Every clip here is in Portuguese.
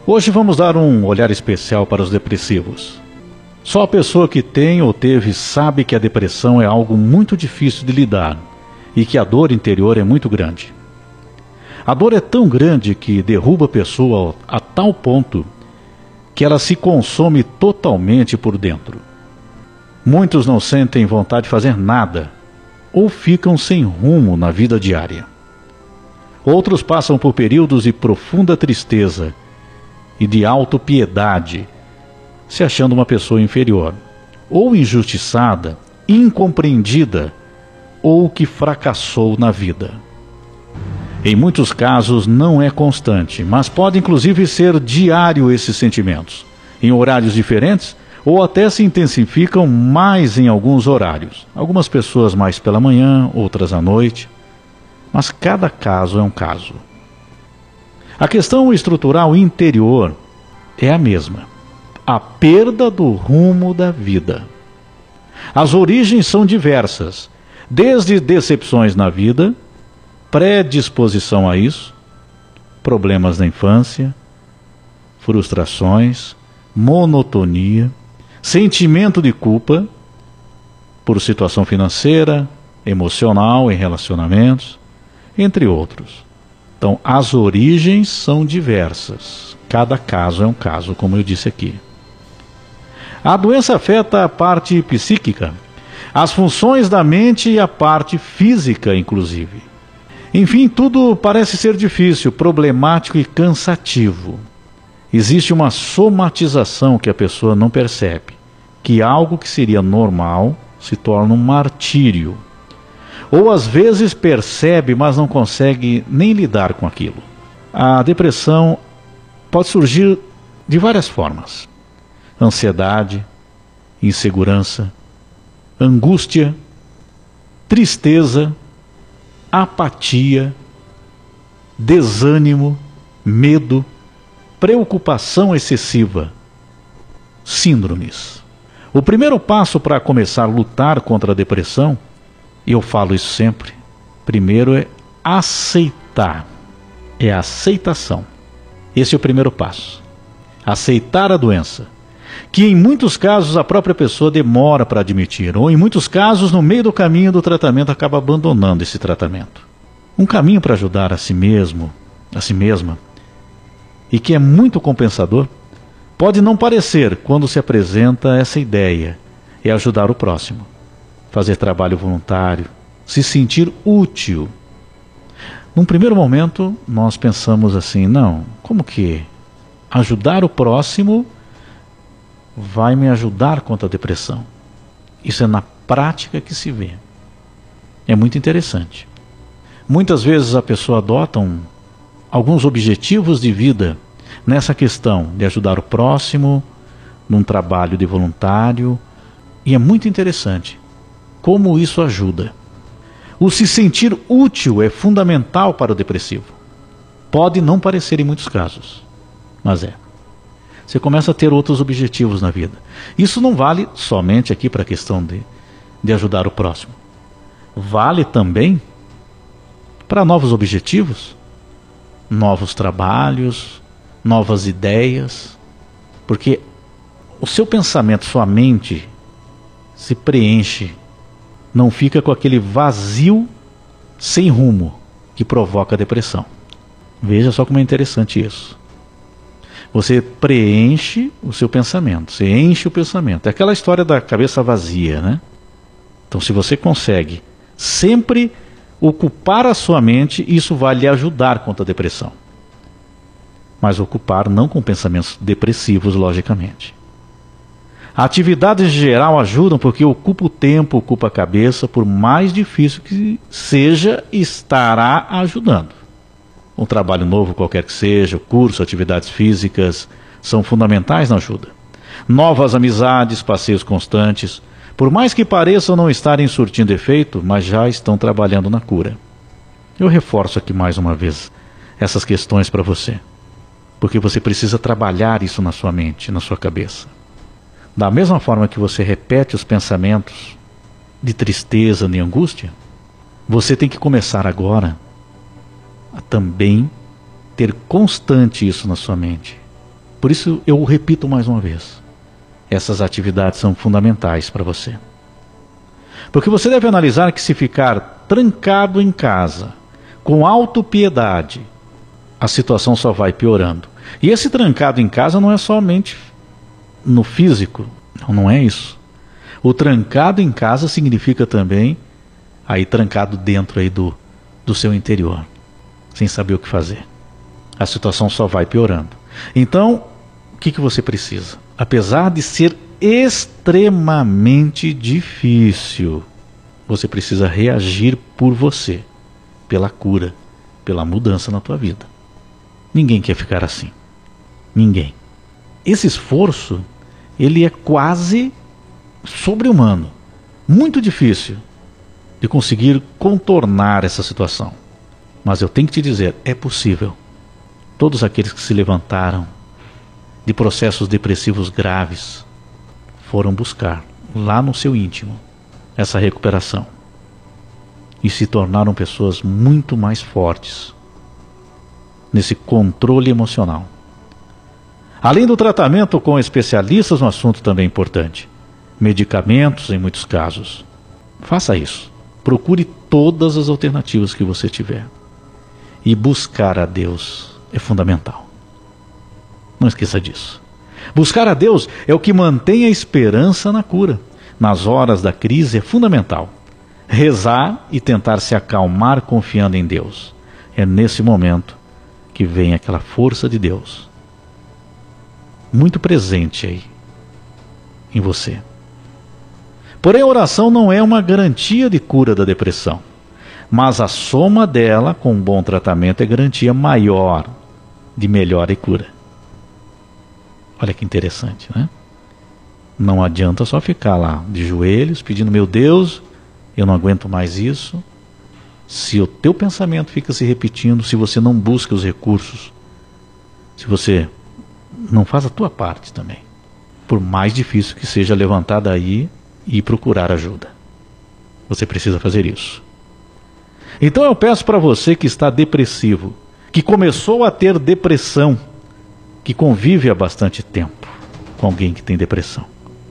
Hoje vamos dar um olhar especial para os depressivos. Só a pessoa que tem ou teve sabe que a depressão é algo muito difícil de lidar e que a dor interior é muito grande. A dor é tão grande que derruba a pessoa a tal ponto que ela se consome totalmente por dentro. Muitos não sentem vontade de fazer nada ou ficam sem rumo na vida diária. Outros passam por períodos de profunda tristeza e de autopiedade, se achando uma pessoa inferior, ou injustiçada, incompreendida, ou que fracassou na vida. Em muitos casos não é constante, mas pode inclusive ser diário esses sentimentos, em horários diferentes, ou até se intensificam mais em alguns horários. Algumas pessoas mais pela manhã, outras à noite, mas cada caso é um caso. A questão estrutural interior é a mesma: a perda do rumo da vida. As origens são diversas, desde decepções na vida, predisposição a isso, problemas na infância, frustrações, monotonia, sentimento de culpa por situação financeira, emocional em relacionamentos, entre outros. Então, as origens são diversas. Cada caso é um caso, como eu disse aqui. A doença afeta a parte psíquica, as funções da mente e a parte física, inclusive. Enfim, tudo parece ser difícil, problemático e cansativo. Existe uma somatização que a pessoa não percebe, que algo que seria normal se torna um martírio. Ou às vezes percebe, mas não consegue nem lidar com aquilo. A depressão pode surgir de várias formas: ansiedade, insegurança, angústia, tristeza, apatia, desânimo, medo, preocupação excessiva, síndromes. O primeiro passo para começar a lutar contra a depressão, e eu falo isso sempre, primeiro é aceitar. É a aceitação. Esse é o primeiro passo. Aceitar a doença, que em muitos casos a própria pessoa demora para admitir, ou em muitos casos no meio do caminho do tratamento acaba abandonando esse tratamento. Um caminho para ajudar a si mesmo, a si mesma, e que é muito compensador, pode não parecer quando se apresenta essa ideia, é ajudar o próximo. Fazer trabalho voluntário, se sentir útil. Num primeiro momento, nós pensamos assim: não, como que ajudar o próximo vai me ajudar contra a depressão? Isso é na prática que se vê. É muito interessante. Muitas vezes a pessoa adota alguns objetivos de vida nessa questão de ajudar o próximo, num trabalho de voluntário, e é muito interessante como isso ajuda. O se sentir útil é fundamental para o depressivo. Pode não parecer em muitos casos, mas é. Você começa a ter outros objetivos na vida. Isso não vale somente aqui para a questão de ajudar o próximo. Vale também para novos objetivos, novos trabalhos, novas ideias, porque o seu pensamento, sua mente se preenche, não fica com aquele vazio sem rumo que provoca a depressão. Veja só como é interessante isso. Você preenche o seu pensamento, você enche o pensamento. É aquela história da cabeça vazia, né? Então, se você consegue sempre ocupar a sua mente, isso vai lhe ajudar contra a depressão. Mas ocupar não com pensamentos depressivos, logicamente. Atividades em geral ajudam porque ocupa o tempo, ocupa a cabeça, por mais difícil que seja, estará ajudando. Um trabalho novo, qualquer que seja, curso, atividades físicas, são fundamentais na ajuda. Novas amizades, passeios constantes, por mais que pareçam não estarem surtindo efeito, mas já estão trabalhando na cura. Eu reforço aqui mais uma vez essas questões para você, porque você precisa trabalhar isso na sua mente, na sua cabeça. Da mesma forma que você repete os pensamentos de tristeza, de angústia, você tem que começar agora a também ter constante isso na sua mente. Por isso eu repito mais uma vez, essas atividades são fundamentais para você. Porque você deve analisar que se ficar trancado em casa, com autopiedade, a situação só vai piorando. E esse trancado em casa não é somente no físico, não é isso. O trancado em casa significa também aí trancado dentro aí do seu interior, sem saber o que fazer. A situação só vai piorando. Então, o que você precisa? Apesar de ser extremamente difícil, você precisa reagir por você, pela cura, pela mudança na tua vida. Ninguém quer ficar assim. Ninguém. Esse esforço, ele é quase sobre-humano. Muito difícil de conseguir contornar essa situação. Mas eu tenho que te dizer, é possível. Todos aqueles que se levantaram de processos depressivos graves foram buscar lá no seu íntimo essa recuperação e se tornaram pessoas muito mais fortes nesse controle emocional. Além do tratamento com especialistas, um assunto também importante, medicamentos em muitos casos. Faça isso. Procure todas as alternativas que você tiver. E buscar a Deus é fundamental. Não esqueça disso. Buscar a Deus é o que mantém a esperança na cura. Nas horas da crise é fundamental. Rezar e tentar se acalmar confiando em Deus. É nesse momento que vem aquela força de Deus muito presente aí em você. Porém, a oração não é uma garantia de cura da depressão, mas a soma dela com um bom tratamento é garantia maior de melhora e cura. Olha que interessante, né? Não adianta só ficar lá de joelhos pedindo, meu Deus, eu não aguento mais isso. Se o teu pensamento fica se repetindo, se você não busca os recursos, se você não faz a tua parte também, por mais difícil que seja levantar daí e procurar ajuda, você precisa fazer isso. Então eu peço para você que está depressivo, que começou a ter depressão, que convive há bastante tempo com alguém que tem depressão,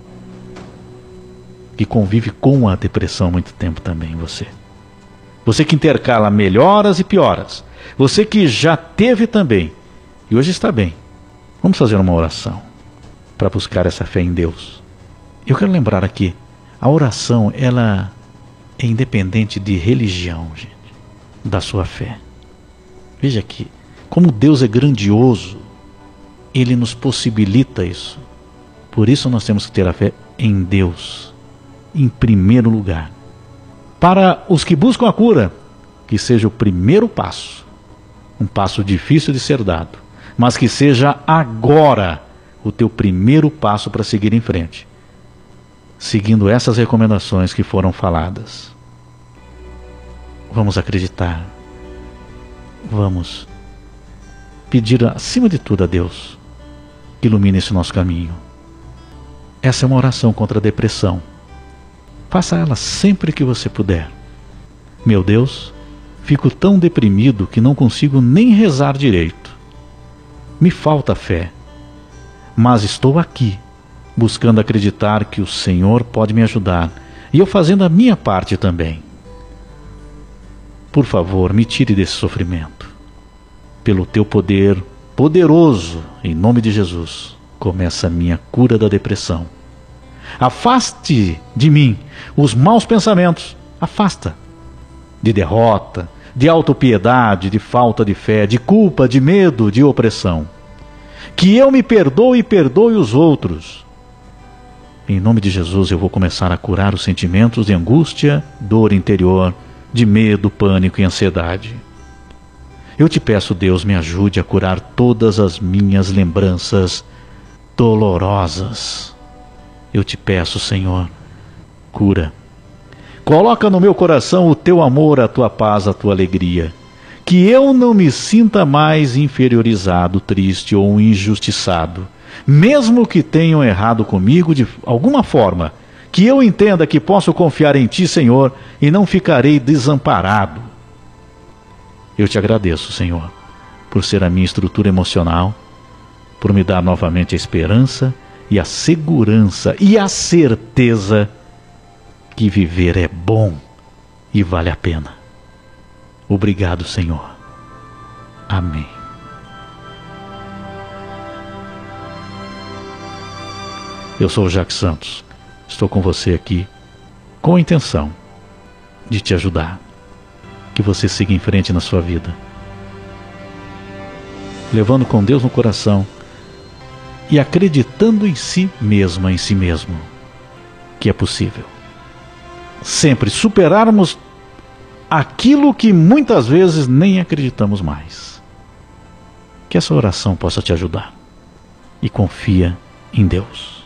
que convive com a depressão há muito tempo também, você que intercala melhoras e pioras, você que já teve também e hoje está bem, vamos fazer uma oração para buscar essa fé em Deus. Eu quero lembrar aqui, a oração ela é independente de religião, gente, da sua fé. Veja aqui, como Deus é grandioso, Ele nos possibilita isso. Por isso nós temos que ter a fé em Deus, em primeiro lugar. Para os que buscam a cura, que seja o primeiro passo, um passo difícil de ser dado, mas que seja agora o teu primeiro passo para seguir em frente, seguindo essas recomendações que foram faladas. Vamos acreditar, vamos pedir acima de tudo a Deus que ilumine esse nosso caminho. Essa é uma oração contra a depressão. Faça ela sempre que você puder. Meu Deus, fico tão deprimido que não consigo nem rezar direito. Me falta fé, mas estou aqui, buscando acreditar que o Senhor pode me ajudar, e eu fazendo a minha parte também. Por favor, me tire desse sofrimento. Pelo teu poder poderoso, em nome de Jesus, começa a minha cura da depressão. Afaste de mim os maus pensamentos, afasta, de derrota, de autopiedade, de falta de fé, de culpa, de medo, de opressão. Que eu me perdoe e perdoe os outros. Em nome de Jesus eu vou começar a curar os sentimentos de angústia, dor interior, de medo, pânico e ansiedade. Eu te peço, Deus, me ajude a curar todas as minhas lembranças dolorosas. Eu te peço, Senhor, cura. Coloca no meu coração o teu amor, a tua paz, a tua alegria. Que eu não me sinta mais inferiorizado, triste ou injustiçado, mesmo que tenham errado comigo de alguma forma. Que eu entenda que posso confiar em Ti, Senhor, e não ficarei desamparado. Eu te agradeço, Senhor, por ser a minha estrutura emocional, por me dar novamente a esperança e a segurança e a certeza que viver é bom e vale a pena. Obrigado, Senhor. Amém. Eu sou o Jacques Santos. Estou com você aqui com a intenção de te ajudar. Que você siga em frente na sua vida, levando com Deus no coração e acreditando em si mesma, em si mesmo, que é possível sempre superarmos aquilo que muitas vezes nem acreditamos mais. Que essa oração possa te ajudar. E confia em Deus.